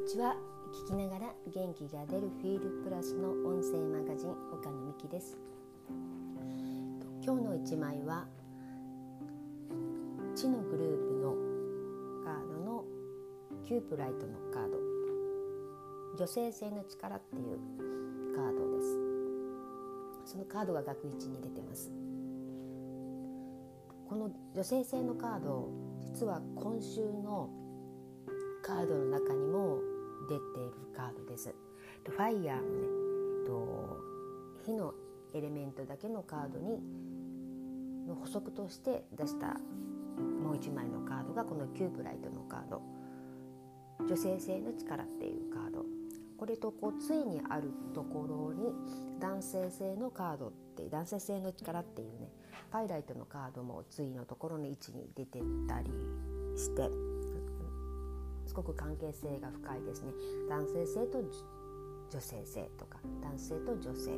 にちは。聞きながら元気が出るフィールプラスの音声マガジン岡野美希です。今日の一枚は知のグループのカードのキュープライトのカード、女性性の力っていうカードです。そのカードが額1に出てます。この女性性のカード、実は今週のカードの中にも出ているカードです。ファイヤーのね、火のエレメントだけのカードの補足として出したもう一枚のカードがこのキューブライトのカード、女性性の力っていうカード。これと対にあるところに男性性のカードって、男性性の力っていうね、パイライトのカードも対のところの位置に出てたりして、すごく関係性が深いですね。男性性と女性性とか、男性と女性で、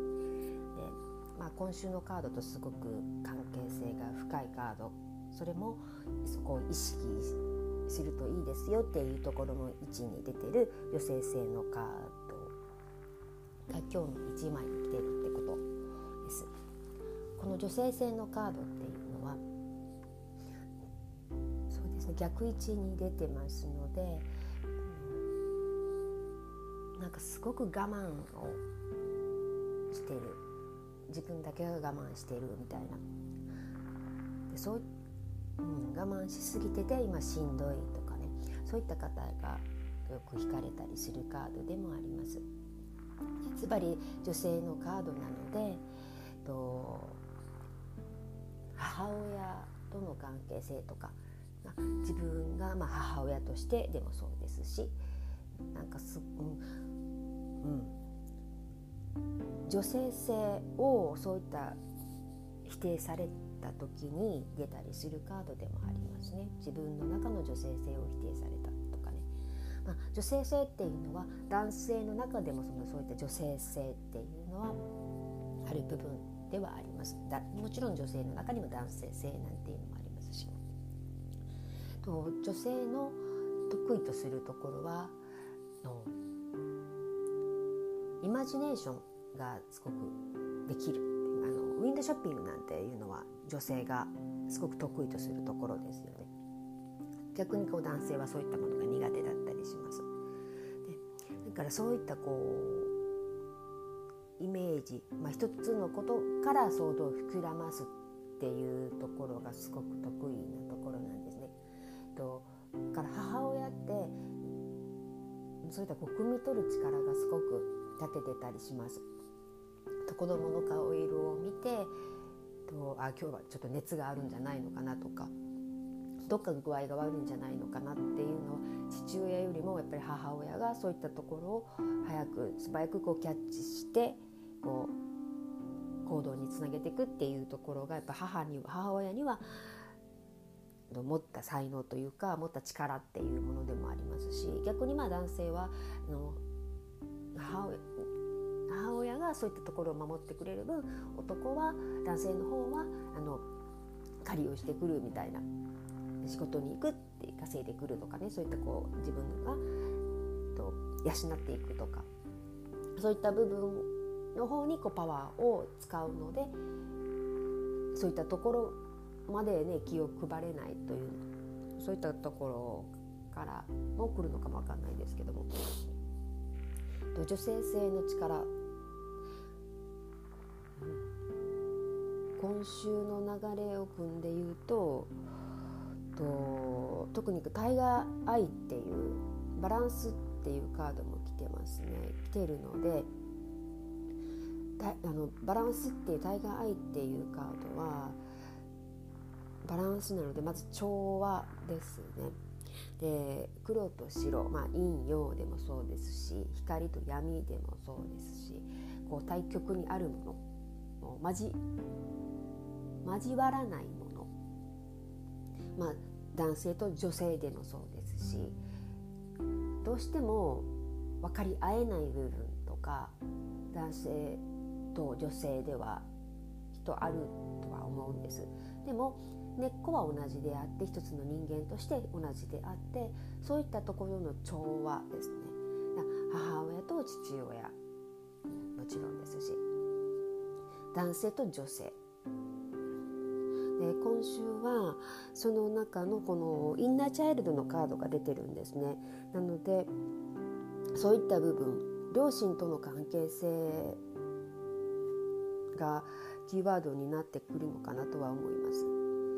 今週のカードとすごく関係性が深いカード、それもそこを意識するといいですよっていうところの位置に出てる女性性のカードが今日の1枚に来てるってことです。この女性性のカードっていうのは逆位置に出てますので、なんかすごく我慢をしてる、自分だけが我慢してるみたいなで、我慢しすぎてて今しんどいとかね、そういった方がよく引かれたりするカードでもあります。つまり女性のカードなので、母親との関係性とか、自分が母親としてでもそうですし、なんか女性性をそういった否定された時に出たりするカードでもありますね。自分の中の女性性を否定されたとかね、女性性っていうのは男性の中でもそういった女性性っていうのはある部分ではあります。もちろん女性の中にも男性性なんていうのもありますし、女性の得意とするところはイマジネーションがすごくできる。ウィンドショッピングなんていうのは女性がすごく得意とするところですよね。逆に男性はそういったものが苦手だったりします。だからそういったイメージ、一つのことから想像を膨らますっていうところがすごく得意なところなんですね。から母親ってそういった汲み取る力がすごく長けてたりします。子供の顔色を見て今日はちょっと熱があるんじゃないのかなとか、どっかの具合が悪いんじゃないのかなっていうのを父親よりもやっぱり母親がそういったところを素早くキャッチして行動につなげていくっていうところがやっぱ母親には持った才能というか、持った力っていうものでもありますし、逆に男性は母親がそういったところを守ってくれる分、男性の方は狩りをしてくるみたいな、仕事に行くって稼いでくるとかね、そういった自分が養っていくとか、そういった部分の方にパワーを使うので、そういったところまでね気を配れないという、そういったところからも来るのかもわかんないですけども、女性性の力、今週の流れを組んで言うと、特にタイガーアイっていうバランスっていうカードも来てるので、バランスっていうタイガーアイっていうカードはバランスなので、まず調和ですね。で、黒と白、陰陽でもそうですし、光と闇でもそうですし、対極にあるもの、交わらないもの、男性と女性でもそうですし、どうしても分かり合えない部分とか、男性と女性ではきっとあるとは思うんです。でも根っこは同じであって、一つの人間として同じであって、そういったところの調和ですね。母親と父親もちろんですし、男性と女性で、今週はその中のこのインナーチャイルドのカードが出てるんですね。なのでそういった部分、両親との関係性がキーワードになってくるのかなとは思います。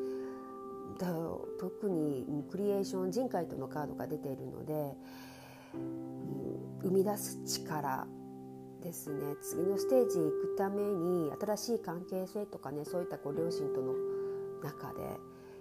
特にクリエーション、人海とのカードが出ているので、生み出す力ですね。次のステージに行くために新しい関係性とかね、そういった両親との中で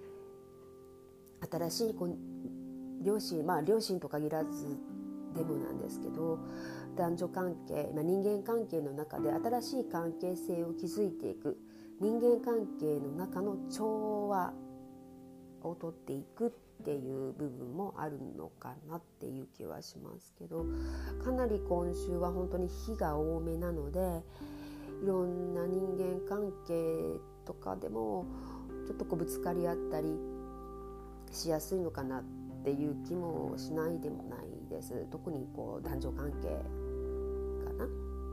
新しい両親と限らずでもなんですけど、男女関係、人間関係の中で新しい関係性を築いていく、人間関係の中の調和をとっていくっていう部分もあるのかなっていう気はしますけど、かなり今週は本当に火が多めなので、いろんな人間関係とかでもちょっとぶつかり合ったりしやすいのかなっていう気もしないでもないです。特に男女関係かな、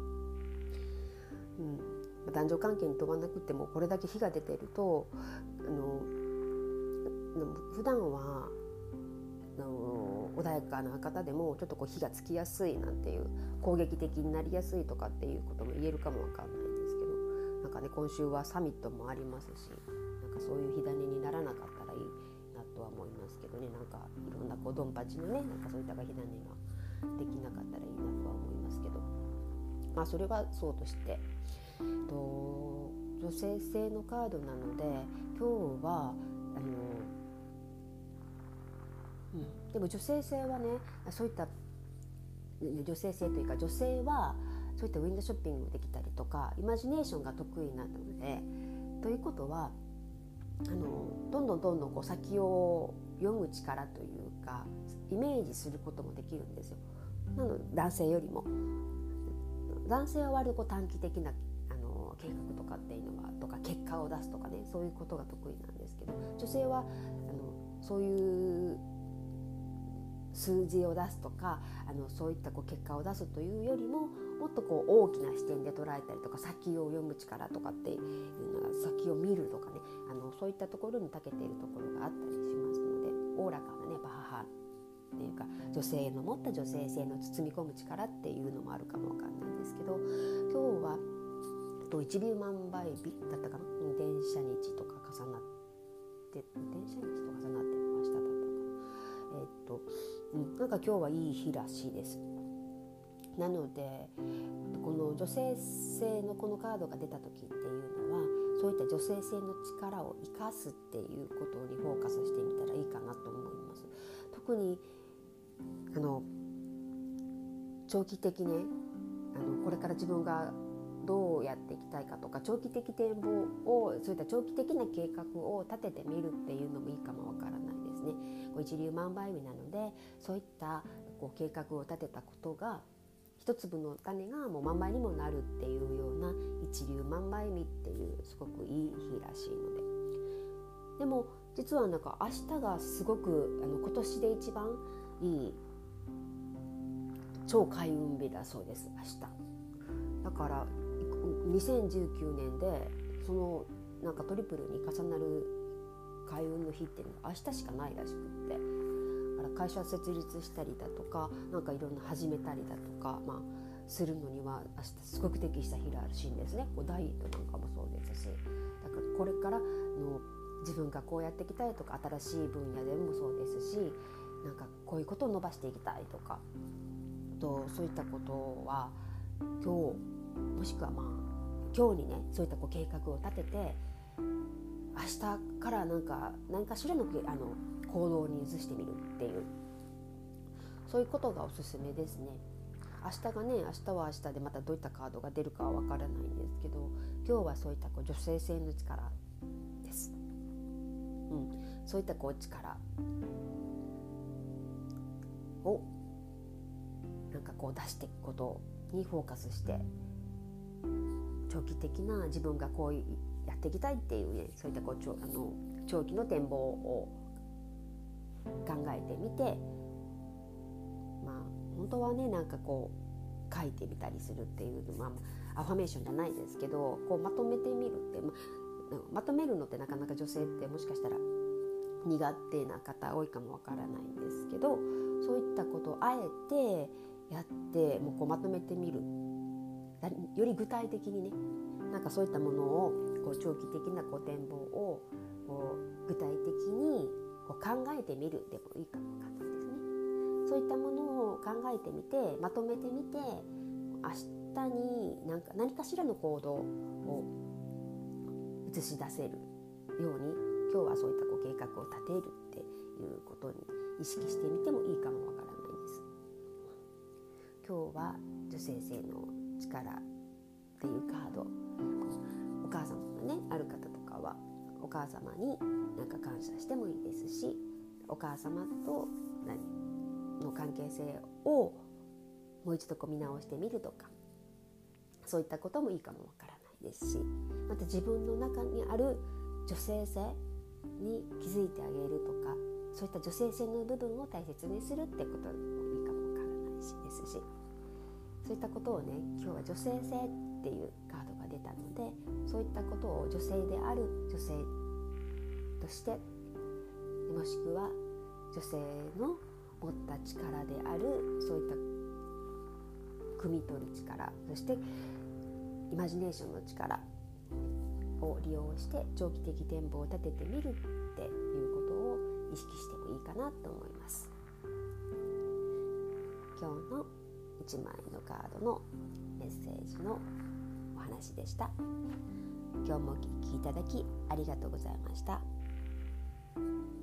男女関係に飛ばなくてもこれだけ火が出ていると、普段は穏やかな方でもちょっと火がつきやすいなんていう、攻撃的になりやすいとかっていうことも言えるかもわかんないんですけど、なんかね、今週はサミットもありますし、なんかそういう火種にならなかったらいいなとは思いますけどね。なんかいろんなドンパチのね、なんかそういった火種ができなかったらいいなとは思いますけど、それはそうとして、女性性のカードなので、今日はでも女性性はね、そういった女性性というか、女性はそういったウィンドウショッピングできたりとか、イマジネーションが得意なので、ということはどんどん先を読む力というか、イメージすることもできるんですよ。なので男性よりも、男性は割と短期的な計画とかっていうのはとか、結果を出すとかね、そういうことが得意なんですけど、女性はそういう数字を出すとか、そういった結果を出すというよりも、もっと大きな視点で捉えたりとか、先を読む力とかっていうのが、先を見るとかね、そういったところに長けているところがあったりしますので、おおらかなね、バハハっていうか、女性の持った女性性の包み込む力っていうのもあるかもわかんないんですけど、今日は一粒万倍日だったかな、電車日とか重なって明日だったかな、なんか今日はいい日らしいです。なのでこの女性性のこのカードが出た時っていうのは、そういった女性性の力を生かすっていうことにフォーカスしてみたらいいかなと思います。特に長期的ね、これから自分がどうやっていきたいかとか、長期的展望を、そういった長期的な計画を立ててみるっていうのもいいかもわからないですね。一粒万倍日なので、そういった計画を立てたことが、一粒の種がもう万倍にもなるっていうような一粒万倍日っていう、すごくいい日らしいので。でも実はなんか明日がすごく今年で一番いい超開運日だそうです、明日。だから2019年でそのなんかトリプルに重なる開運の日っていうのが明日しかないらしくって、だから会社設立したりだとか、なんかいろんな始めたりだとか、するのには明日すごく適した日らしいんですね。ダイエットなんかもそうですし、だからこれからの自分がこうやっていきたいとか、新しい分野でもそうですし、なんかこういうことを伸ばしていきたいとかそういったことは今日、もしくは今日にね、そういった計画を立てて、明日から何かしらの行動に移してみるっていう、そういうことがおすすめですね。明日は明日でまたどういったカードが出るかはわからないんですけど、今日はそういった女性性の力です。そういった力をなんか出していくことにフォーカスして、長期的な自分がこうやっていきたいっていうね、そういった長期の展望を考えてみて、本当はねなんかこう書いてみたりするっていうのは、アファメーションじゃないですけど、こうまとめてみるって、まとめるのってなかなか女性ってもしかしたら苦手な方多いかもわからないんですけど、そういったことをあえてやってもうこうまとめてみる、より具体的にね、なんかそういったものをこう長期的なこう展望をこう具体的にこう考えてみるでもいいかもわかんないですね。そういったものを考えてみてまとめてみて、明日に何かしらの行動を映し出せるように、今日はそういったこう計画を立てるっていうことに意識してみてもいいかもわからないです。今日は女性性の力っていうカード、お母様がねある方とかはお母様になんか感謝してもいいですし、お母様との関係性をもう一度見直してみるとか、そういったこともいいかもわからないですし、また自分の中にある女性性に気づいてあげるとか、そういった女性性の部分を大切にするってこともいいかもわからないしですし、そういったことをね、今日は女性性っていうカードが出たので、そういったことを女性である女性として、もしくは女性の持った力であるそういった汲み取る力、そしてイマジネーションの力を利用して長期的展望を立ててみるっていうことを意識してもいいかなと思います。今日の1枚のカードのメッセージのお話でした。今日もお聞きいただきありがとうございました。